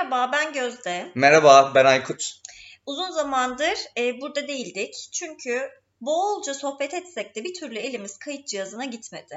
Merhaba, ben Gözde. Merhaba, ben Aykut. Uzun zamandır burada değildik. Çünkü bolca sohbet etsek de bir türlü elimiz kayıt cihazına gitmedi.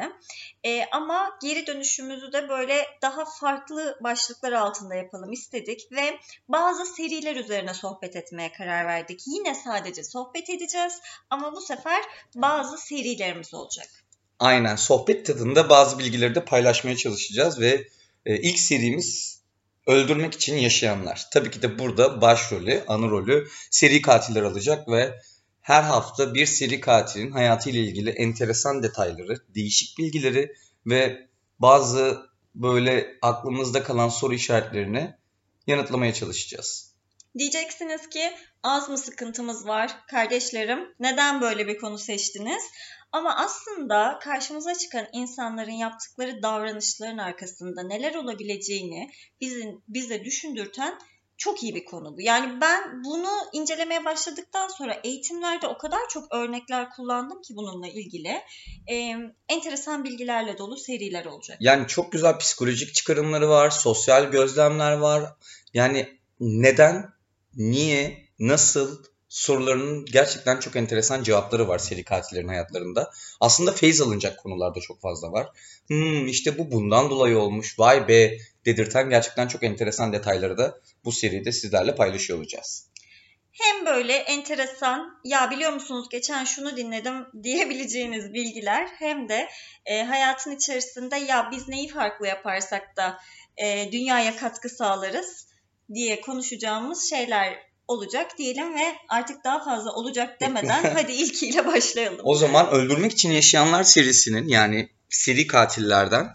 Ama geri dönüşümüzü de böyle daha farklı başlıklar altında yapalım istedik ve bazı seriler üzerine sohbet etmeye karar verdik. Yine sadece sohbet edeceğiz ama bu sefer bazı serilerimiz olacak. Aynen, sohbet tadında bazı bilgileri de paylaşmaya çalışacağız ve ilk serimiz Öldürmek için Yaşayanlar. Tabii ki de burada başrolü, ana rolü seri katiller alacak ve her hafta bir seri katilin hayatıyla ilgili enteresan detayları, değişik bilgileri ve bazı böyle aklımızda kalan soru işaretlerini yanıtlamaya çalışacağız. Diyeceksiniz ki az mı sıkıntımız var kardeşlerim? Neden böyle bir konu seçtiniz? Ama aslında karşımıza çıkan insanların yaptıkları davranışların arkasında neler olabileceğini bize düşündürten çok iyi bir konu bu. Yani ben bunu incelemeye başladıktan sonra eğitimlerde o kadar çok örnekler kullandım ki bununla ilgili. Enteresan bilgilerle dolu seriler olacak. Yani çok güzel psikolojik çıkarımları var, sosyal gözlemler var. Yani neden, niye, nasıl sorularının gerçekten çok enteresan cevapları var seri katillerin hayatlarında. Aslında feyz alınacak konularda çok fazla var. İşte bu bundan dolayı olmuş, vay be dedirten gerçekten çok enteresan detayları da bu seride sizlerle paylaşıyor olacağız. Hem böyle enteresan, ya biliyor musunuz geçen şunu dinledim diyebileceğiniz bilgiler hem de hayatın içerisinde ya biz neyi farklı yaparsak da dünyaya katkı sağlarız diye konuşacağımız şeyler olacak diyelim ve artık daha fazla olacak demeden hadi ilkiyle başlayalım. O zaman Öldürmek için Yaşayanlar serisinin yani seri katillerden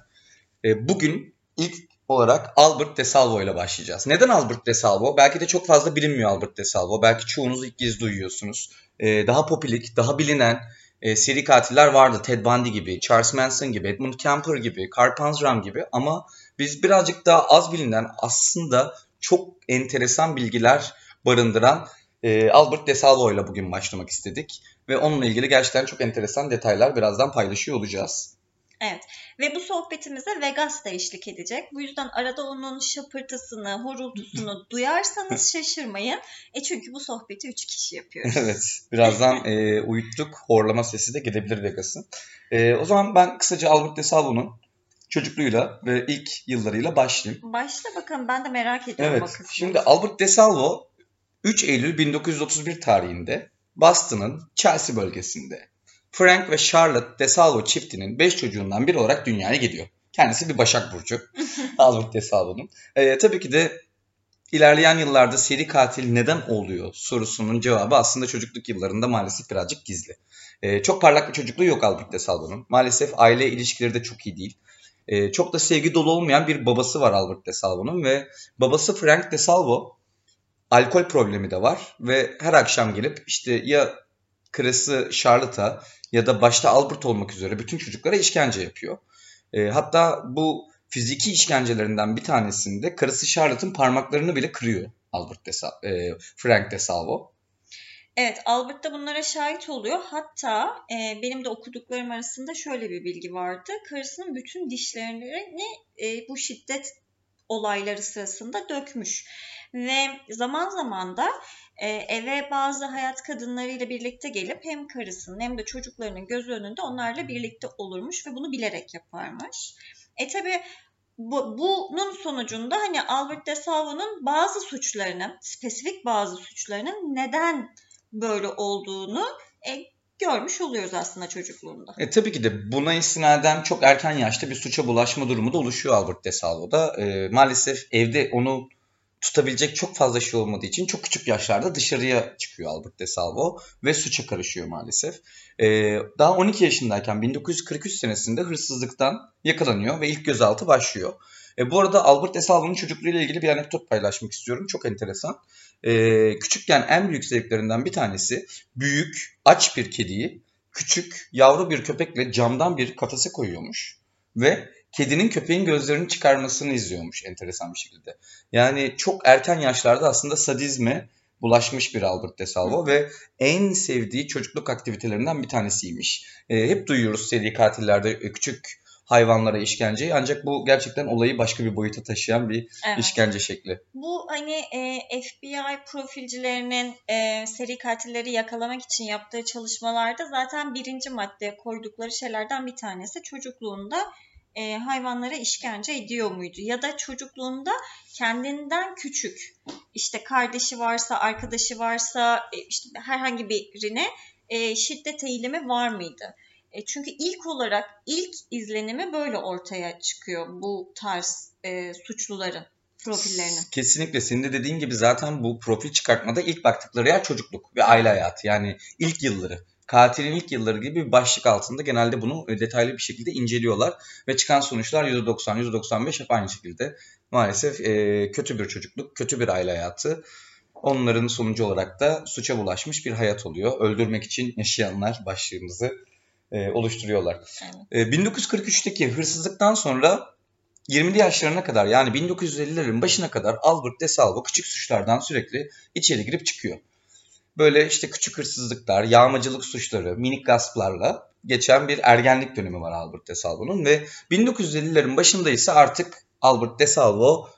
bugün ilk olarak Albert DeSalvo ile başlayacağız. Neden Albert DeSalvo? Belki de çok fazla bilinmiyor Albert DeSalvo. Belki çoğunuz ilk kez duyuyorsunuz. Daha popüler, daha bilinen seri katiller vardı. Ted Bundy gibi, Charles Manson gibi, Edmund Kemper gibi, Carl Panzram gibi. Ama biz birazcık daha az bilinen aslında çok enteresan bilgiler barındıran Albert DeSalvo ile bugün başlamak istedik. Ve onunla ilgili gerçekten çok enteresan detaylar birazdan paylaşıyor olacağız. Evet ve bu sohbetimize Vegas da eşlik edecek. Bu yüzden arada onun şapırtısını, horultusunu duyarsanız şaşırmayın. Çünkü bu sohbeti 3 kişi yapıyoruz. Evet, birazdan uyuttuk. Horlama sesi de gelebilir Vegas'ın. O zaman ben kısaca Albert DeSalvo'nun çocukluğuyla ve ilk yıllarıyla başlayayım. Başla bakalım, ben de merak ediyorum o Evet, kısmı. şimdi Albert DeSalvo 3 Eylül 1931 tarihinde Boston'ın Chelsea bölgesinde Frank ve Charlotte DeSalvo çiftinin 5 çocuğundan biri olarak dünyaya geliyor. Kendisi bir Başak Burcu Albert DeSalvo'nun. Tabii ki de ilerleyen yıllarda seri katil neden oluyor sorusunun cevabı aslında çocukluk yıllarında maalesef birazcık gizli. Çok parlak bir çocukluğu yok Albert DeSalvo'nun. Maalesef aile ilişkileri de çok iyi değil. Çok da sevgi dolu olmayan bir babası var Albert DeSalvo'nun ve babası Frank DeSalvo alkol problemi de var ve her akşam gelip işte ya karısı Charlotte'a ya da başta Albert olmak üzere bütün çocuklara işkence yapıyor. Hatta bu fiziki işkencelerinden bir tanesinde karısı Charlotte'ın parmaklarını bile kırıyor Frank DeSalvo. Evet, Albert da bunlara şahit oluyor. Hatta benim de okuduklarım arasında şöyle bir bilgi vardı. Karısının bütün dişlerini bu şiddet olayları sırasında dökmüş. Ve zaman zaman da eve bazı hayat kadınlarıyla birlikte gelip hem karısının hem de çocuklarının gözü önünde onlarla birlikte olurmuş ve bunu bilerek yaparmış. Tabii bunun sonucunda hani Albert DeSalvo'nun bazı suçlarının, spesifik bazı suçlarının neden böyle olduğunu görmüş oluyoruz aslında çocukluğunda. Tabii ki de buna istinaden çok erken yaşta bir suça bulaşma durumu da oluşuyor Albert DeSalvo'da. Maalesef evde onu tutabilecek çok fazla şey olmadığı için çok küçük yaşlarda dışarıya çıkıyor Albert DeSalvo ve suça karışıyor maalesef. Daha 12 yaşındayken 1943 senesinde hırsızlıktan yakalanıyor ve ilk gözaltı başlıyor. Bu arada Albert DeSalvo'nun çocukluğuyla ilgili bir anekdot paylaşmak istiyorum. Çok enteresan. Küçükken en büyük zevklerinden bir tanesi büyük, aç bir kediyi küçük, yavru bir köpekle camdan bir kafese koyuyormuş ve kedinin köpeğin gözlerini çıkarmasını izliyormuş enteresan bir şekilde. Yani çok erken yaşlarda aslında sadizme bulaşmış bir Albert DeSalvo ve en sevdiği çocukluk aktivitelerinden bir tanesiymiş. Hep duyuyoruz seri katillerde küçük hayvanlara işkenceyi. Ancak bu gerçekten olayı başka bir boyuta taşıyan bir Evet. işkence şekli. Bu hani FBI profilcilerinin seri katilleri yakalamak için yaptığı çalışmalarda zaten birinci maddeye koydukları şeylerden bir tanesi çocukluğunda hayvanlara işkence ediyor muydu? Ya da çocukluğunda kendinden küçük, işte kardeşi varsa, arkadaşı varsa, işte herhangi birine şiddet eğilimi var mıydı? Çünkü ilk izlenimi böyle ortaya çıkıyor bu tarz suçluların profillerinin. Kesinlikle senin de dediğin gibi zaten bu profil çıkartmada ilk baktıkları yer çocukluk ve aile hayatı. Yani ilk yılları. Katilin ilk yılları gibi bir başlık altında genelde bunu detaylı bir şekilde inceliyorlar. Ve çıkan sonuçlar %90, %95 hep aynı şekilde. Maalesef kötü bir çocukluk, kötü bir aile hayatı. Onların sonucu olarak da suça bulaşmış bir hayat oluyor. Öldürmek için yaşayanlar başlığımızı oluşturuyorlar. Evet. 1943'teki hırsızlıktan sonra 20'li yaşlarına kadar yani 1950'lerin başına kadar Albert DeSalvo küçük suçlardan sürekli içeri girip çıkıyor. Böyle işte küçük hırsızlıklar, yağmacılık suçları, minik gasplarla geçen bir ergenlik dönemi var Albert DeSalvo'nun ve 1950'lerin başında ise artık Albert DeSalvo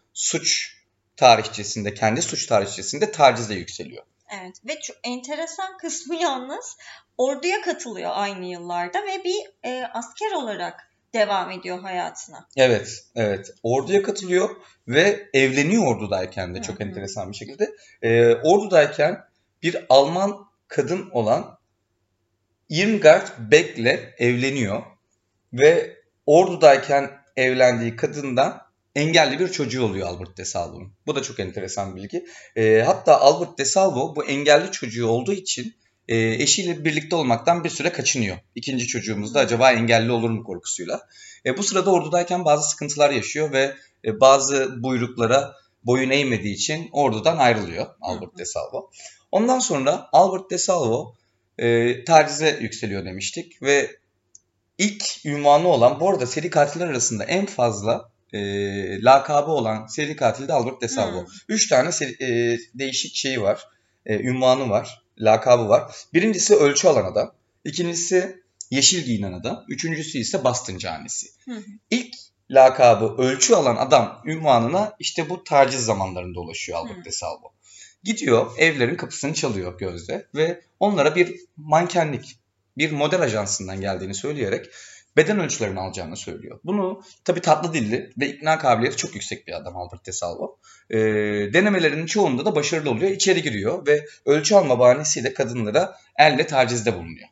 kendi suç tarihçesinde tacizle yükseliyor. Evet ve çok enteresan kısmı yalnız orduya katılıyor aynı yıllarda ve bir asker olarak devam ediyor hayatına. Evet, evet. Orduya katılıyor ve evleniyor ordudayken de çok Hı hı. enteresan bir şekilde. Ordudayken bir Alman kadın olan Irmgard Beck'le evleniyor ve ordudayken evlendiği kadından engelli bir çocuğu oluyor Albert DeSalvo'nun. Bu da çok enteresan bir bilgi. Hatta Albert DeSalvo bu engelli çocuğu olduğu için eşiyle birlikte olmaktan bir süre kaçınıyor. İkinci çocuğumuz da acaba engelli olur mu korkusuyla. Bu sırada ordudayken bazı sıkıntılar yaşıyor ve bazı buyruklara boyun eğmediği için ordudan ayrılıyor Albert DeSalvo. Ondan sonra Albert DeSalvo tacize yükseliyor demiştik ve ilk ünvanı olan, bu arada seri katiller arasında en fazla lakabı olan seri katil de Albert DeSalvo. 3 tane değişik şeyi var, ünvanı var, lakabı var. Birincisi ölçü alan adam, ikincisi yeşil giyinen adam, üçüncüsü ise bastıncı annesi. İlk lakabı ölçü alan adam ünvanına işte bu taciz zamanlarında ulaşıyor Albert DeSalvo. Gidiyor evlerin kapısını çalıyor Gözde ve onlara bir mankenlik, bir model ajansından geldiğini söyleyerek beden ölçülerini alacağını söylüyor. Bunu tabii tatlı dilli ve ikna kabiliyeti çok yüksek bir adam Albert DeSalvo. Denemelerinin çoğunda da başarılı oluyor. İçeri giriyor ve ölçü alma bahanesiyle kadınlara elle tacizde bulunuyor.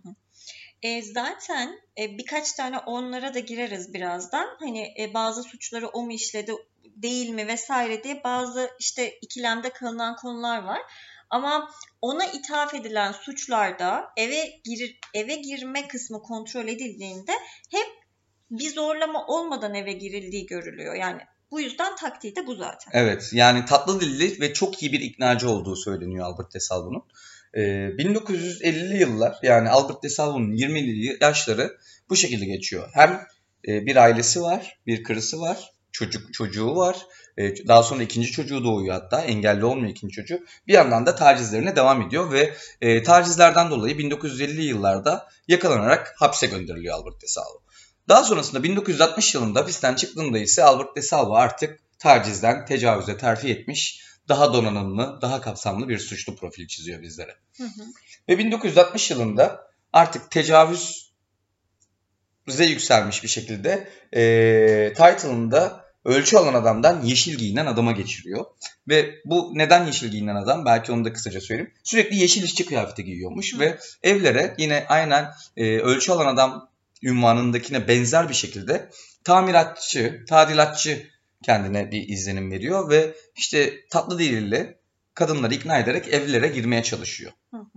Zaten birkaç tane onlara da gireriz birazdan. Hani bazı suçları o mu işledi değil mi vesaire diye bazı işte ikilemde kalınan konular var. Ama ona ithaf edilen suçlarda eve girme kısmı kontrol edildiğinde hep bir zorlama olmadan eve girildiği görülüyor. Yani bu yüzden taktiği de bu zaten. Evet, yani tatlı dilli ve çok iyi bir iknacı olduğu söyleniyor Albert DeSalvo'nun. 1950'li yıllar, yani Albert DeSalvo'nun 20'li yaşları bu şekilde geçiyor. Hem bir ailesi var, bir karısı var, çocuğu var. Daha sonra ikinci çocuğu doğuyor, hatta engelli olmuyor ikinci çocuğu. Bir yandan da tacizlerine devam ediyor ve tacizlerden dolayı 1950'li yıllarda yakalanarak hapse gönderiliyor Albert DeSalvo. Daha sonrasında 1960 yılında hapisten çıktığında ise Albert DeSalvo artık tacizden tecavüze terfi etmiş, daha donanımlı, daha kapsamlı bir suçlu profil çiziyor bizlere. Ve 1960 yılında artık tecavüze yükselmiş bir şekilde title'ında ölçü alan adamdan yeşil giyinen adama geçiriyor. Ve bu neden yeşil giyinen adam? Belki onu da kısaca söyleyeyim. Sürekli yeşil işçi kıyafeti giyiyormuş ve evlere yine aynen ölçü alan adam ünvanındakine benzer bir şekilde tamiratçı, tadilatçı kendine bir izlenim veriyor ve işte tatlı diliyle kadınları ikna ederek evlere girmeye çalışıyor.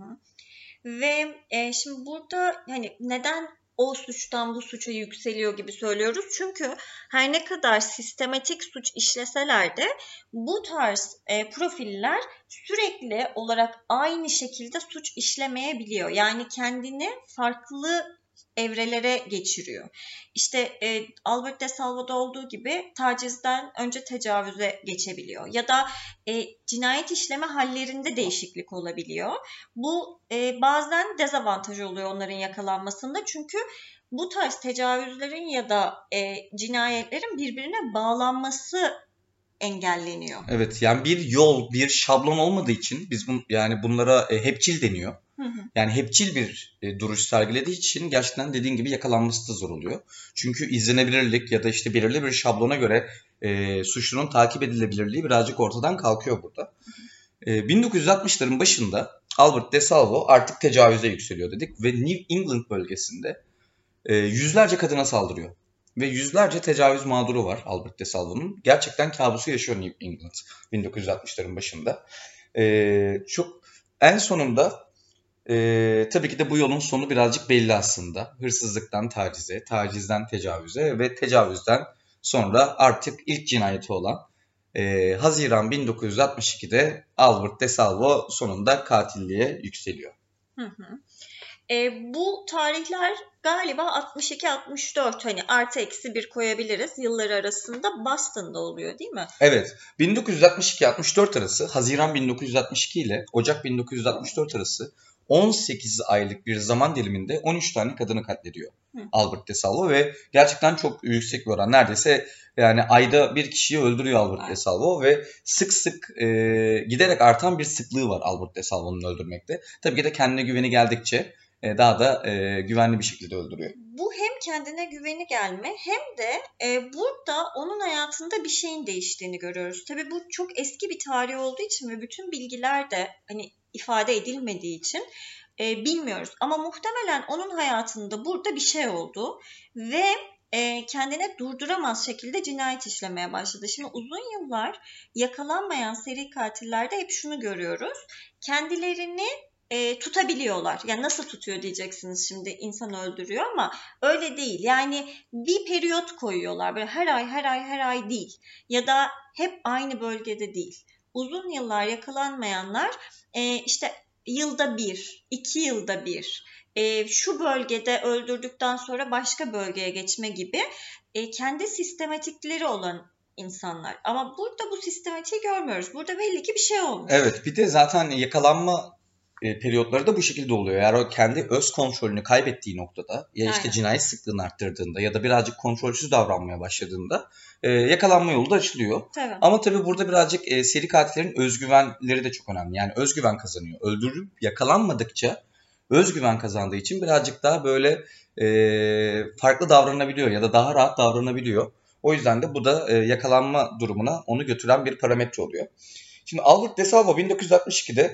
Ve şimdi burada hani neden o suçtan bu suça yükseliyor gibi söylüyoruz. Çünkü her ne kadar sistematik suç işleseler de bu tarz profiller sürekli olarak aynı şekilde suç işlemeyebiliyor. Yani kendini farklı evrelere geçiriyor. İşte Albert DeSalvo'da olduğu gibi tacizden önce tecavüze geçebiliyor. Ya da cinayet işleme hallerinde değişiklik olabiliyor. Bu bazen dezavantaj oluyor onların yakalanmasında. Çünkü bu tarz tecavüzlerin ya da cinayetlerin birbirine bağlanması engelleniyor. Evet, yani bir yol, bir şablon olmadığı için biz yani bunlara hepçil deniyor. Yani hepçil bir duruş sergilediği için gerçekten dediğin gibi yakalanması da zor oluyor. Çünkü izlenebilirlik ya da işte belirli bir şablona göre suçlunun takip edilebilirliği birazcık ortadan kalkıyor burada. 1960'ların başında Albert DeSalvo artık tecavüze yükseliyor dedik ve New England bölgesinde yüzlerce kadına saldırıyor. Ve yüzlerce tecavüz mağduru var Albert DeSalvo'nun. Gerçekten kabusu yaşıyor New England 1960'ların başında. Çok en sonunda tabii ki de bu yolun sonu birazcık belli aslında. Hırsızlıktan tacize, tacizden tecavüze ve tecavüzden sonra artık ilk cinayeti olan Haziran 1962'de Albert DeSalvo sonunda katilliğe yükseliyor. Bu tarihler galiba 62-64 hani artı eksi bir koyabiliriz yılları arasında Boston'da oluyor değil mi? Evet. 1962-64 arası Haziran 1962 ile Ocak 1964 arası 18 aylık bir zaman diliminde 13 tane kadını katlediyor Albert DeSalvo ve gerçekten çok yüksek bir oran. Neredeyse yani ayda bir kişiyi öldürüyor Albert DeSalvo ve sık sık giderek artan bir sıklığı var Albert DeSalvo'nun öldürmekte. Tabii ki de kendine güveni geldikçe daha da güvenli bir şekilde öldürüyor. Bu hem kendine güveni gelme hem de burada onun hayatında bir şeyin değiştiğini görüyoruz. Tabii bu çok eski bir tarih olduğu için ve bütün bilgiler de hani ifade edilmediği için bilmiyoruz. Ama muhtemelen onun hayatında burada bir şey oldu ve kendine durduramaz şekilde cinayet işlemeye başladı. Şimdi uzun yıllar yakalanmayan seri katillerde hep şunu görüyoruz. Kendilerini tutabiliyorlar. Yani nasıl tutuyor diyeceksiniz şimdi insan öldürüyor ama öyle değil. Yani bir periyot koyuyorlar. Böyle her ay değil. Ya da hep aynı bölgede değil. Uzun yıllar yakalanmayanlar işte yılda bir, 2 yılda bir şu bölgede öldürdükten sonra başka bölgeye geçme gibi kendi sistematikleri olan insanlar. Ama burada bu sistematiği görmüyoruz. Burada belli ki bir şey olmuş. Evet, bir de zaten yakalanma periyotları da bu şekilde oluyor. Eğer o kendi öz kontrolünü kaybettiği noktada ya işte cinayet sıklığını arttırdığında ya da birazcık kontrolsüz davranmaya başladığında yakalanma yolu da açılıyor. Tabii. Ama tabii burada birazcık seri katillerin özgüvenleri de çok önemli. Yani özgüven kazanıyor. Öldürüp yakalanmadıkça özgüven kazandığı için birazcık daha böyle farklı davranabiliyor ya da daha rahat davranabiliyor. O yüzden de bu da yakalanma durumuna onu götüren bir parametre oluyor. Şimdi Albert DeSalvo 1962'de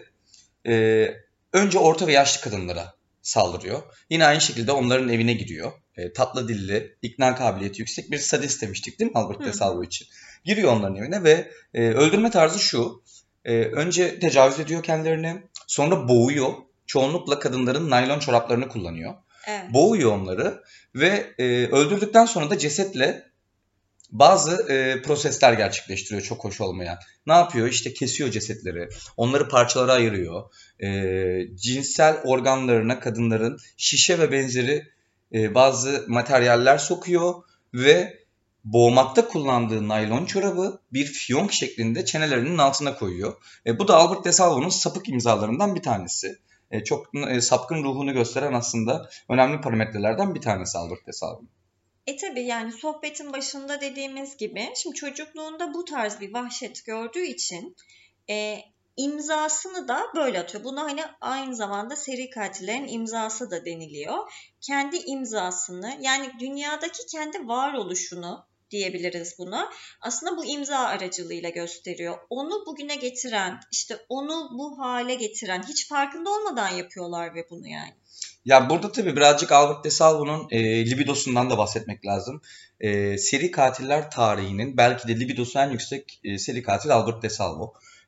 önce orta ve yaşlı kadınlara saldırıyor. Yine aynı şekilde onların evine giriyor. Tatlı dilli, ikna kabiliyeti yüksek bir sadist demiştik değil mi Albert DeSalvo için? Giriyor onların evine ve öldürme tarzı şu. Önce tecavüz ediyor kendilerini, sonra boğuyor. Çoğunlukla kadınların naylon çoraplarını kullanıyor. Evet. Boğuyor onları ve öldürdükten sonra da cesetle bazı prosesler gerçekleştiriyor çok hoş olmayan. Ne yapıyor? İşte kesiyor cesetleri, onları parçalara ayırıyor. Cinsel organlarına kadınların şişe ve benzeri bazı materyaller sokuyor ve boğmakta kullandığı naylon çorabı bir fiyonk şeklinde çenelerinin altına koyuyor. Bu da Albert DeSalvo'nun sapık imzalarından bir tanesi. Çok sapkın ruhunu gösteren aslında önemli parametrelerden bir tanesi Albert DeSalvo'nun. Tabii yani sohbetin başında dediğimiz gibi şimdi çocukluğunda bu tarz bir vahşet gördüğü için imzasını da böyle atıyor. Buna hani aynı zamanda seri katillerin imzası da deniliyor. Kendi imzasını yani dünyadaki kendi varoluşunu diyebiliriz buna. Aslında bu imza aracılığıyla gösteriyor. Onu bugüne getiren, işte onu bu hale getiren hiç farkında olmadan yapıyorlar ve bunu yani. Ya burada tabii birazcık Albert DeSalvo'nun libidosundan da bahsetmek lazım. Seri katiller tarihinin belki de libidosu en yüksek seri katil Albert DeSalvo.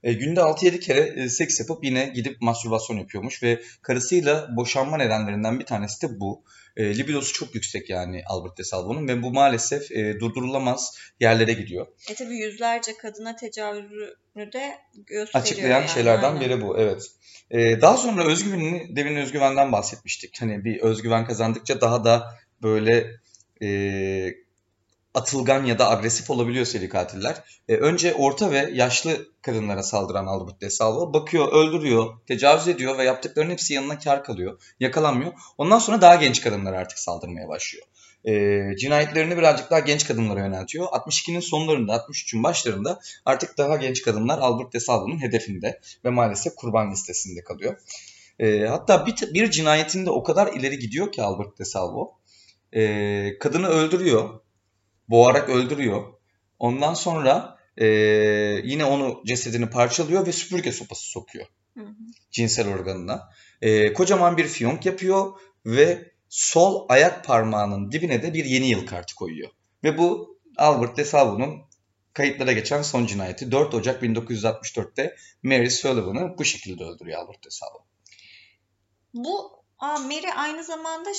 Günde 6-7 kere seks yapıp yine gidip mastürbasyon yapıyormuş ve karısıyla boşanma nedenlerinden bir tanesi de bu. Libidosu çok yüksek yani Albert DeSalvo'nun ve bu maalesef durdurulamaz yerlere gidiyor. Tabii yüzlerce kadına tecavüzünü de gösteriyor Açıklayan yani. şeylerden Aynen. biri bu, evet. Daha sonra özgüvenini, demin özgüvenden bahsetmiştik. Hani bir özgüven kazandıkça daha da böyle e, atılgan ya da agresif olabiliyor seri katiller. Önce orta ve yaşlı kadınlara saldıran Albert DeSalvo bakıyor, öldürüyor, tecavüz ediyor ve yaptıklarının hepsi yanına kâr kalıyor, yakalanmıyor. Ondan sonra daha genç kadınlara artık saldırmaya başlıyor. Cinayetlerini birazcık daha genç kadınlara yöneltiyor. 62'nin sonlarında, 63'ün başlarında artık daha genç kadınlar Albert DeSalvo'nun hedefinde ve maalesef kurban listesinde kalıyor. Hatta bir cinayetinde o kadar ileri gidiyor ki Albert DeSalvo, kadını öldürüyor, boğarak öldürüyor. Ondan sonra yine onu cesedini parçalıyor ve süpürge sopası sokuyor Hı hı. cinsel organına. Kocaman bir fiyonk yapıyor ve sol ayak parmağının dibine de bir yeni yıl kartı koyuyor. Ve bu Albert DeSalvo'nun kayıtlara geçen son cinayeti. 4 Ocak 1964'te Mary Sullivan'ı bu şekilde öldürüyor Albert DeSalvo. Mary aynı zamanda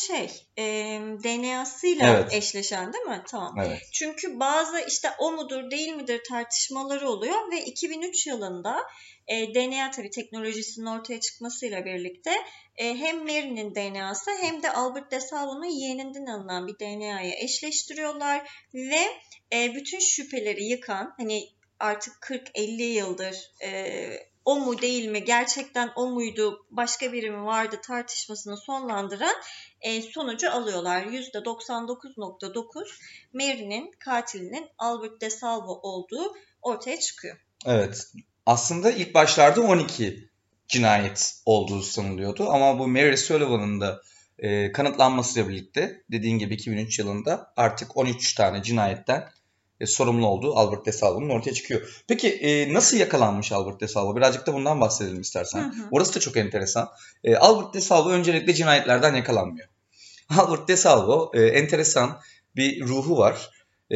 DNA'sıyla Evet. eşleşen değil mi? Tamam. Evet. Çünkü bazı işte o mudur değil midir tartışmaları oluyor ve 2003 yılında DNA tabii teknolojisinin ortaya çıkmasıyla birlikte hem Mary'nin DNA'sı hem de Albert DeSalvo'nun yeğeninden alınan bir DNA'ya eşleştiriyorlar ve bütün şüpheleri yıkan, hani artık 40-50 yıldır o mu değil mi, gerçekten o muydu, başka biri mi vardı tartışmasını sonlandıran sonucu alıyorlar. %99.9 Mary'nin katilinin Albert DeSalvo olduğu ortaya çıkıyor. Evet. Aslında ilk başlarda 12 cinayet olduğu sanılıyordu ama bu Mary Sullivan'ın da kanıtlanmasıyla birlikte dediğin gibi 2003 yılında artık 13 tane cinayetten sorumlu olduğu Albert DeSalvo'nun ortaya çıkıyor. Peki nasıl yakalanmış Albert DeSalvo? Birazcık da bundan bahsedelim istersen. Hı hı. Orası da çok enteresan. Albert DeSalvo öncelikle cinayetlerden yakalanmıyor. Albert DeSalvo enteresan bir ruhu var.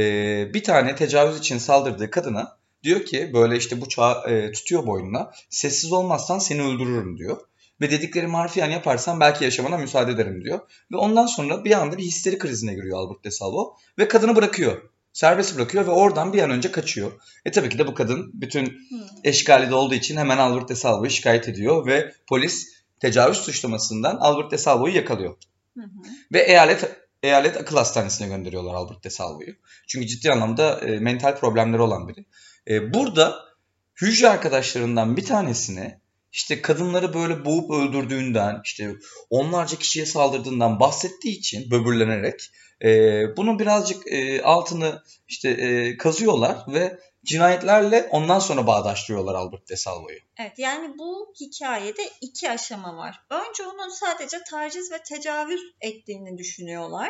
Bir tane tecavüz için saldırdığı kadına diyor ki böyle işte bıçağı tutuyor boynuna. Sessiz olmazsan seni öldürürüm diyor. Ve dediklerimi harfiyen yaparsan belki yaşamana müsaade ederim diyor. Ve ondan sonra bir anda bir histeri krizine giriyor Albert DeSalvo. Ve kadını bırakıyor. Serbest bırakıyor ve oradan bir an önce kaçıyor. Tabii ki de bu kadın bütün eşkalide olduğu için hemen Albert DeSalvo'yu şikayet ediyor. Ve polis tecavüz suçlamasından Albert DeSalvo'yu yakalıyor. Hı hı. Ve eyalet akıl hastanesine gönderiyorlar Albert DeSalvo'yu. Çünkü ciddi anlamda mental problemleri olan biri. Burada hücre arkadaşlarından bir tanesine işte kadınları böyle boğup öldürdüğünden, işte onlarca kişiye saldırdığından bahsettiği için böbürlenerek bunu birazcık altını işte kazıyorlar ve cinayetlerle ondan sonra bağdaştırıyorlar Albert DeSalvo'yu. Evet, yani bu hikayede 2 aşama var. Önce onun sadece taciz ve tecavüz ettiğini düşünüyorlar.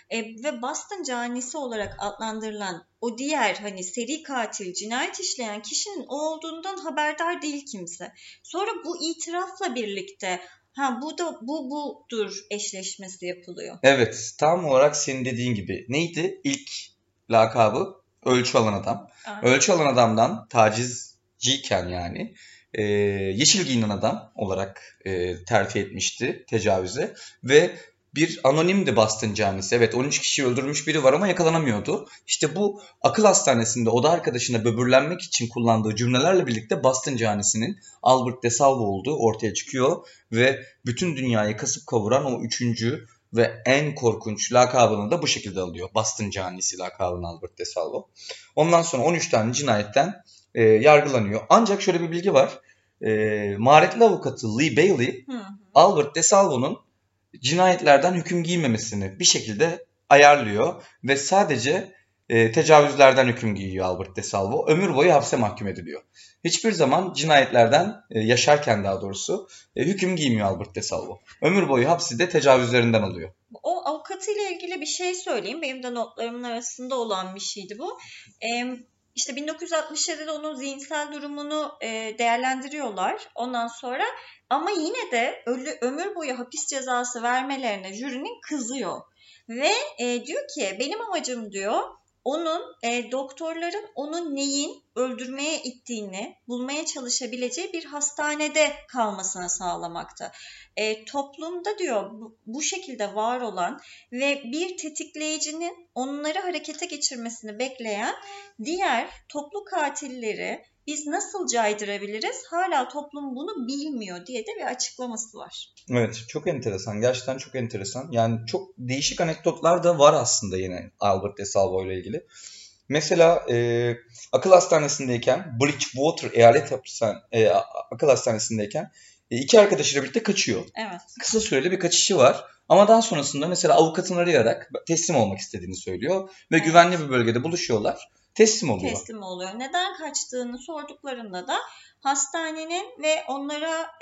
Ve Boston canisi olarak adlandırılan o diğer hani seri katil, cinayet işleyen kişinin o olduğundan haberdar değil kimse. Sonra bu itirafla birlikte bu da budur eşleşmesi yapılıyor. Evet, tam olarak senin dediğin gibi. Neydi ilk lakabı? Ölçü alan adam. Aynen. Ölçü alan adamdan tacizciyken yani yeşil giyinen adam olarak terfi etmişti tecavüze ve bir anonimdi Boston canisi. Evet, 13 kişiyi öldürmüş biri var ama yakalanamıyordu. İşte bu akıl hastanesinde oda arkadaşına böbürlenmek için kullandığı cümlelerle birlikte Boston canisinin Albert DeSalvo olduğu ortaya çıkıyor ve bütün dünyayı kasıp kavuran o üçüncü ve en korkunç lakabını da bu şekilde alıyor. Boston canisi lakabını Albert DeSalvo. Ondan sonra 13 tane cinayetten yargılanıyor. Ancak şöyle bir bilgi var. Maharetli avukatı Lee Bailey, Albert DeSalvo'nun cinayetlerden hüküm giymemesini bir şekilde ayarlıyor ve sadece tecavüzlerden hüküm giyiyor Albert DeSalvo. Ömür boyu hapse mahkum ediliyor. Hiçbir zaman cinayetlerden yaşarken daha doğrusu hüküm giymiyor Albert DeSalvo. Ömür boyu hapsi de tecavüzlerinden alıyor. O avukatıyla ilgili bir şey söyleyeyim. Benim de notlarımın arasında olan bir şeydi bu. İşte 1967'de onun zihinsel durumunu değerlendiriyorlar. Ondan sonra ama yine de ömür boyu hapis cezası vermelerine jürinin kızıyor. Ve diyor ki benim amacım diyor onun doktorların onu neyin öldürmeye ittiğini bulmaya çalışabileceği bir hastanede kalmasını sağlamakta. Toplumda diyor bu şekilde var olan ve bir tetikleyicinin onları harekete geçirmesini bekleyen diğer toplu katilleri biz nasıl caydırabiliriz? Hala toplum bunu bilmiyor diye de bir açıklaması var. Evet, çok enteresan. Gerçekten çok enteresan. Yani çok değişik anekdotlar da var aslında yine Albert DeSalvo ile ilgili. Mesela akıl hastanesindeyken, Bridgewater akıl hastanesindeyken iki arkadaşıyla birlikte kaçıyor. Evet. Kısa süreli bir kaçışı var. Ama daha sonrasında mesela avukatını arayarak teslim olmak istediğini söylüyor. Ve Evet. güvenli bir bölgede buluşuyorlar. Teslim oluyor. Teslim oluyor. Neden kaçtığını sorduklarında da hastanenin ve onlara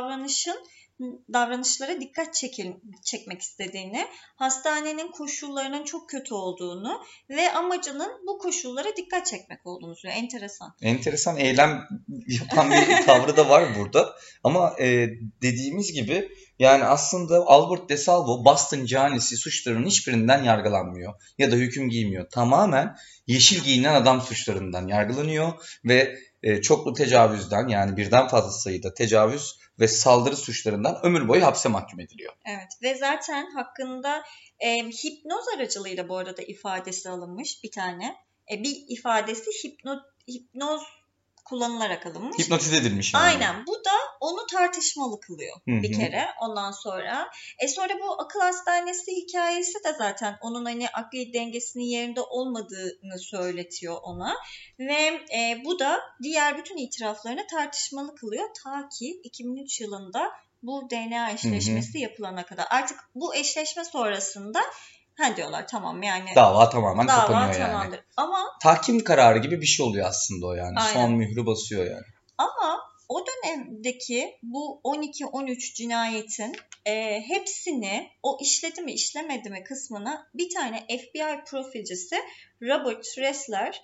davranışlara dikkat çekmek istediğini, hastanenin koşullarının çok kötü olduğunu ve amacının bu koşullara dikkat çekmek olduğunu söylüyor. Enteresan. Enteresan eylem yapan bir tavrı da var burada. Ama dediğimiz gibi yani aslında Albert DeSalvo, Boston canisi suçlarının hiçbirinden yargılanmıyor ya da hüküm giymiyor. Tamamen yeşil giyinen adam suçlarından yargılanıyor ve çoklu tecavüzden, yani birden fazla sayıda tecavüz ve saldırı suçlarından ömür boyu hapse mahkum ediliyor. Evet ve zaten hakkında hipnoz aracılığıyla bu arada ifadesi alınmış bir tane. Bir ifadesi hipnoz kullanılarak alınmış. Hipnotize edilmiş yani. Aynen. Bu da onu tartışmalı kılıyor bir kere. Ondan sonra. Sonra bu akıl hastanesi hikayesi de zaten onun hani akli dengesinin yerinde olmadığını söyletiyor ona. Ve bu da diğer bütün itiraflarını tartışmalı kılıyor. Ta ki 2003 yılında bu DNA eşleşmesi yapılana kadar. Artık bu eşleşme sonrasında diyorlar tamam yani. Dava tamamen kapanıyor tamamdır. yani. Ama tahkim kararı gibi bir şey oluyor aslında o yani. Aynen. Son mührü basıyor yani. Ama o dönemdeki bu 12-13 cinayetin hepsini o işledi mi işlemedi mi kısmına bir tane FBI profilcisi Robert Ressler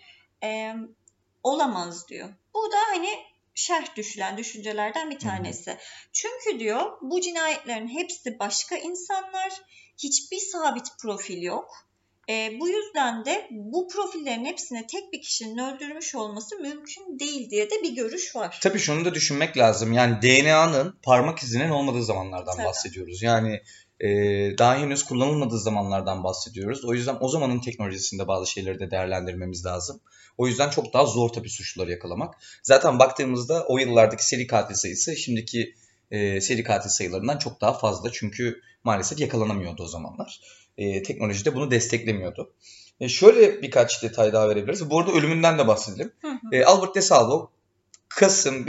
olamaz diyor. Bu da hani şerh düşülen düşüncelerden bir tanesi. Çünkü diyor bu cinayetlerin hepsi başka insanlar, hiçbir sabit profil yok. Bu yüzden de bu profillerin hepsini tek bir kişinin öldürmüş olması mümkün değil diye de bir görüş var. Tabii şunu da düşünmek lazım. Yani DNA'nın parmak izinin olmadığı zamanlardan bahsediyoruz. Yani daha henüz kullanılmadığı zamanlardan bahsediyoruz. O yüzden o zamanın teknolojisinde bazı şeyleri de değerlendirmemiz lazım. O yüzden çok daha zor tabii suçluları yakalamak. Zaten baktığımızda o yıllardaki seri katil sayısı şimdiki seri katil sayılarından çok daha fazla. Çünkü maalesef yakalanamıyordu o zamanlar. Teknoloji de bunu desteklemiyordu. Şöyle birkaç detay daha verebiliriz. Bu arada ölümünden de bahsedelim. Albert DeSalvo Kasım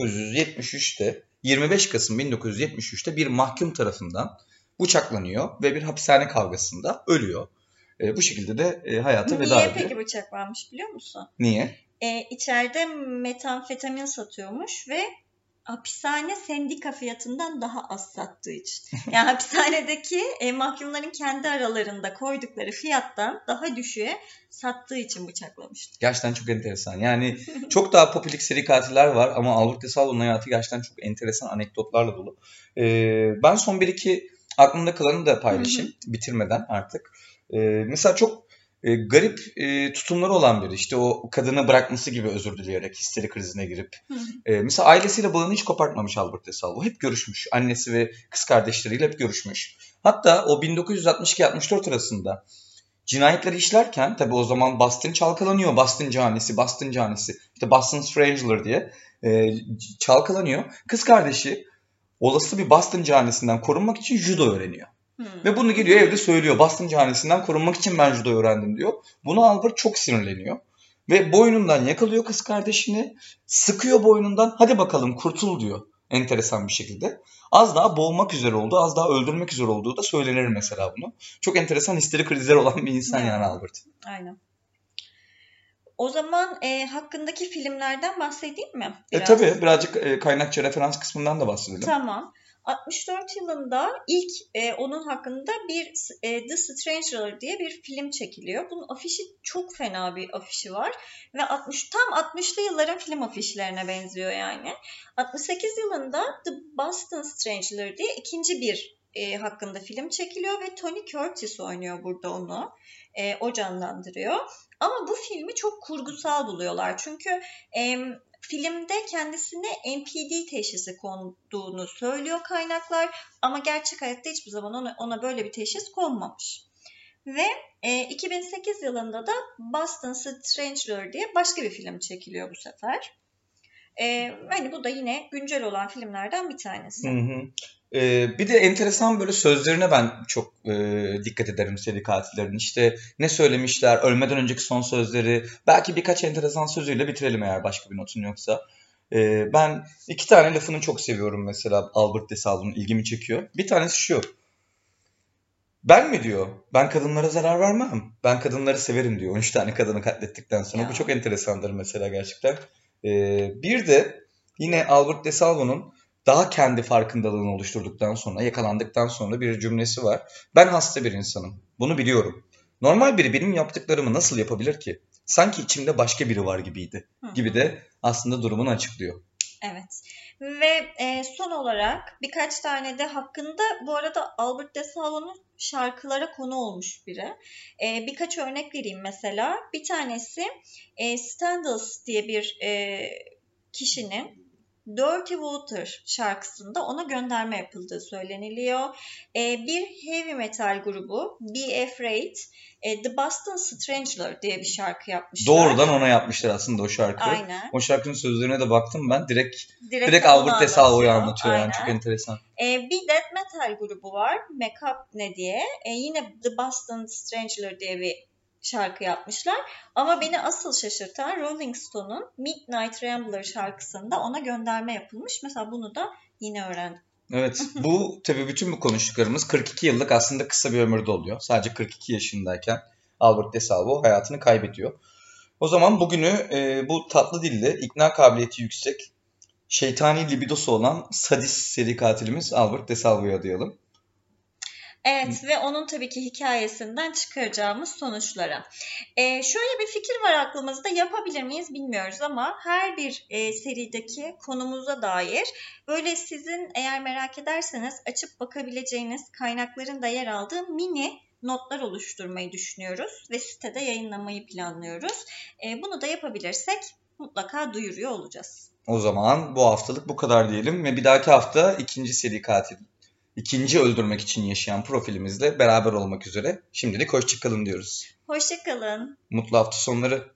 1973'te 25 Kasım 1973'te bir mahkum tarafından bıçaklanıyor ve bir hapishane kavgasında ölüyor. Bu şekilde de hayata veda ediyor. Niye peki bıçaklanmış biliyor musun? Niye? İçeride metamfetamin satıyormuş ve hapishane sendika fiyatından daha az sattığı için. Yani hapishanedeki mahkumların kendi aralarında koydukları fiyattan daha düşüğe sattığı için bıçaklamıştı. Gerçekten çok enteresan. Yani çok daha popüler seri katiller var ama Albert DeSalvo'nun hayatı gerçekten çok enteresan anekdotlarla dolu. Ben son bir iki aklımda kalanı da paylaşayım bitirmeden artık. Mesela çok garip tutumları olan biri. İşte o kadını bırakması gibi özür dileyerek histeri krizine girip. Mesela ailesiyle bağını hiç kopartmamış Albert DeSalvo. Hep görüşmüş. Annesi ve kız kardeşleriyle hep görüşmüş. Hatta o 1962-64 arasında cinayetleri işlerken tabii o zaman Boston çalkalanıyor. Boston canisi. İşte Boston Strangler diye çalkalanıyor. Kız kardeşi olası bir Boston canisinden korunmak için judo öğreniyor. Ve bunu geliyor evde söylüyor. Boston canisinden korunmak için ben judo öğrendim diyor. Buna Albert çok sinirleniyor. Ve boynundan yakalıyor kız kardeşini. Sıkıyor boynundan. Hadi bakalım kurtul diyor. Enteresan bir şekilde. Az daha boğmak üzere olduğu, az daha öldürmek üzere olduğu da söylenir mesela bunu. Çok enteresan histeri krizleri olan bir insan yani Albert. Aynen. O zaman hakkındaki filmlerden bahsedeyim mi? Tabii birazcık kaynakça referans kısmından da bahsedelim. Tamam. 64 yılında ilk onun hakkında bir The Stranger diye bir film çekiliyor. Bunun afişi çok fena bir afişi var. Ve tam 60'lı yılların film afişlerine benziyor yani. 68 yılında The Boston Stranger diye ikinci bir hakkında film çekiliyor ve Tony Curtis oynuyor burada onu. O canlandırıyor. Ama bu filmi çok kurgusal buluyorlar. Çünkü filmde kendisine NPD teşhisi konduğunu söylüyor kaynaklar. Ama gerçek hayatta hiçbir zaman ona böyle bir teşhis konmamış. Ve 2008 yılında da Boston Strangler diye başka bir film çekiliyor bu sefer. Hani bu da yine güncel olan filmlerden bir tanesi. Bir de enteresan böyle sözlerine ben çok dikkat ederim seri katillerin. İşte ne söylemişler, ölmeden önceki son sözleri, belki birkaç enteresan sözüyle bitirelim eğer başka bir notun yoksa. Ben 2 tane lafını çok seviyorum mesela Albert DeSalvo'nun, ilgimi çekiyor. Bir tanesi şu. Ben mi diyor, ben kadınlara zarar vermem, ben kadınları severim diyor 13 tane kadını katlettikten sonra. Ya. Bu çok enteresandır mesela gerçekten. Bir de yine Albert DeSalvo'nun daha kendi farkındalığını oluşturduktan sonra, yakalandıktan sonra bir cümlesi var. Ben hasta bir insanım, bunu biliyorum. Normal biri benim yaptıklarımı nasıl yapabilir ki? Sanki içimde başka biri var gibiydi. Gibi de aslında durumunu açıklıyor. Evet. Ve son olarak birkaç tane de hakkında, bu arada Albert DeSalvo'nun şarkılara konu olmuş biri. Birkaç örnek vereyim mesela. Bir tanesi Stendhal diye bir kişinin Dirty Water şarkısında ona gönderme yapıldığı söyleniliyor. Bir heavy metal grubu Be Afraid, The Boston Strangler diye bir şarkı yapmışlar. Doğrudan ona yapmışlar aslında o şarkıyı. Aynen. O şarkının sözlerine de baktım ben. Direkt Albert DeSalvo'yu anlatıyor yani. Çok enteresan. Bir death metal grubu var, Macabre diye. Yine The Boston Strangler diye bir şarkı yapmışlar. Ama beni asıl şaşırtan Rolling Stone'un Midnight Rambler şarkısında ona gönderme yapılmış. Mesela bunu da yine öğrendim. Evet, bu tabii bütün bu konuştuklarımız 42 yıllık aslında kısa bir ömürde oluyor. Sadece 42 yaşındayken Albert DeSalvo hayatını kaybediyor. O zaman bugünü bu tatlı dille, ikna kabiliyeti yüksek, şeytani libidosu olan sadist seri katilimiz Albert DeSalvo'ya adayalım. Evet, ve onun tabii ki hikayesinden çıkaracağımız sonuçlara. Şöyle bir fikir var aklımızda, yapabilir miyiz bilmiyoruz ama her bir serideki konumuza dair böyle sizin eğer merak ederseniz açıp bakabileceğiniz kaynakların da yer aldığı mini notlar oluşturmayı düşünüyoruz ve sitede yayınlamayı planlıyoruz. Bunu da yapabilirsek mutlaka duyuruyor olacağız. O zaman bu haftalık bu kadar diyelim ve bir dahaki hafta ikinci seri katil, ikinci öldürmek için yaşayan profilimizle beraber olmak üzere. Şimdilik hoşça kalın diyoruz. Hoşça kalın. Mutlu hafta sonları.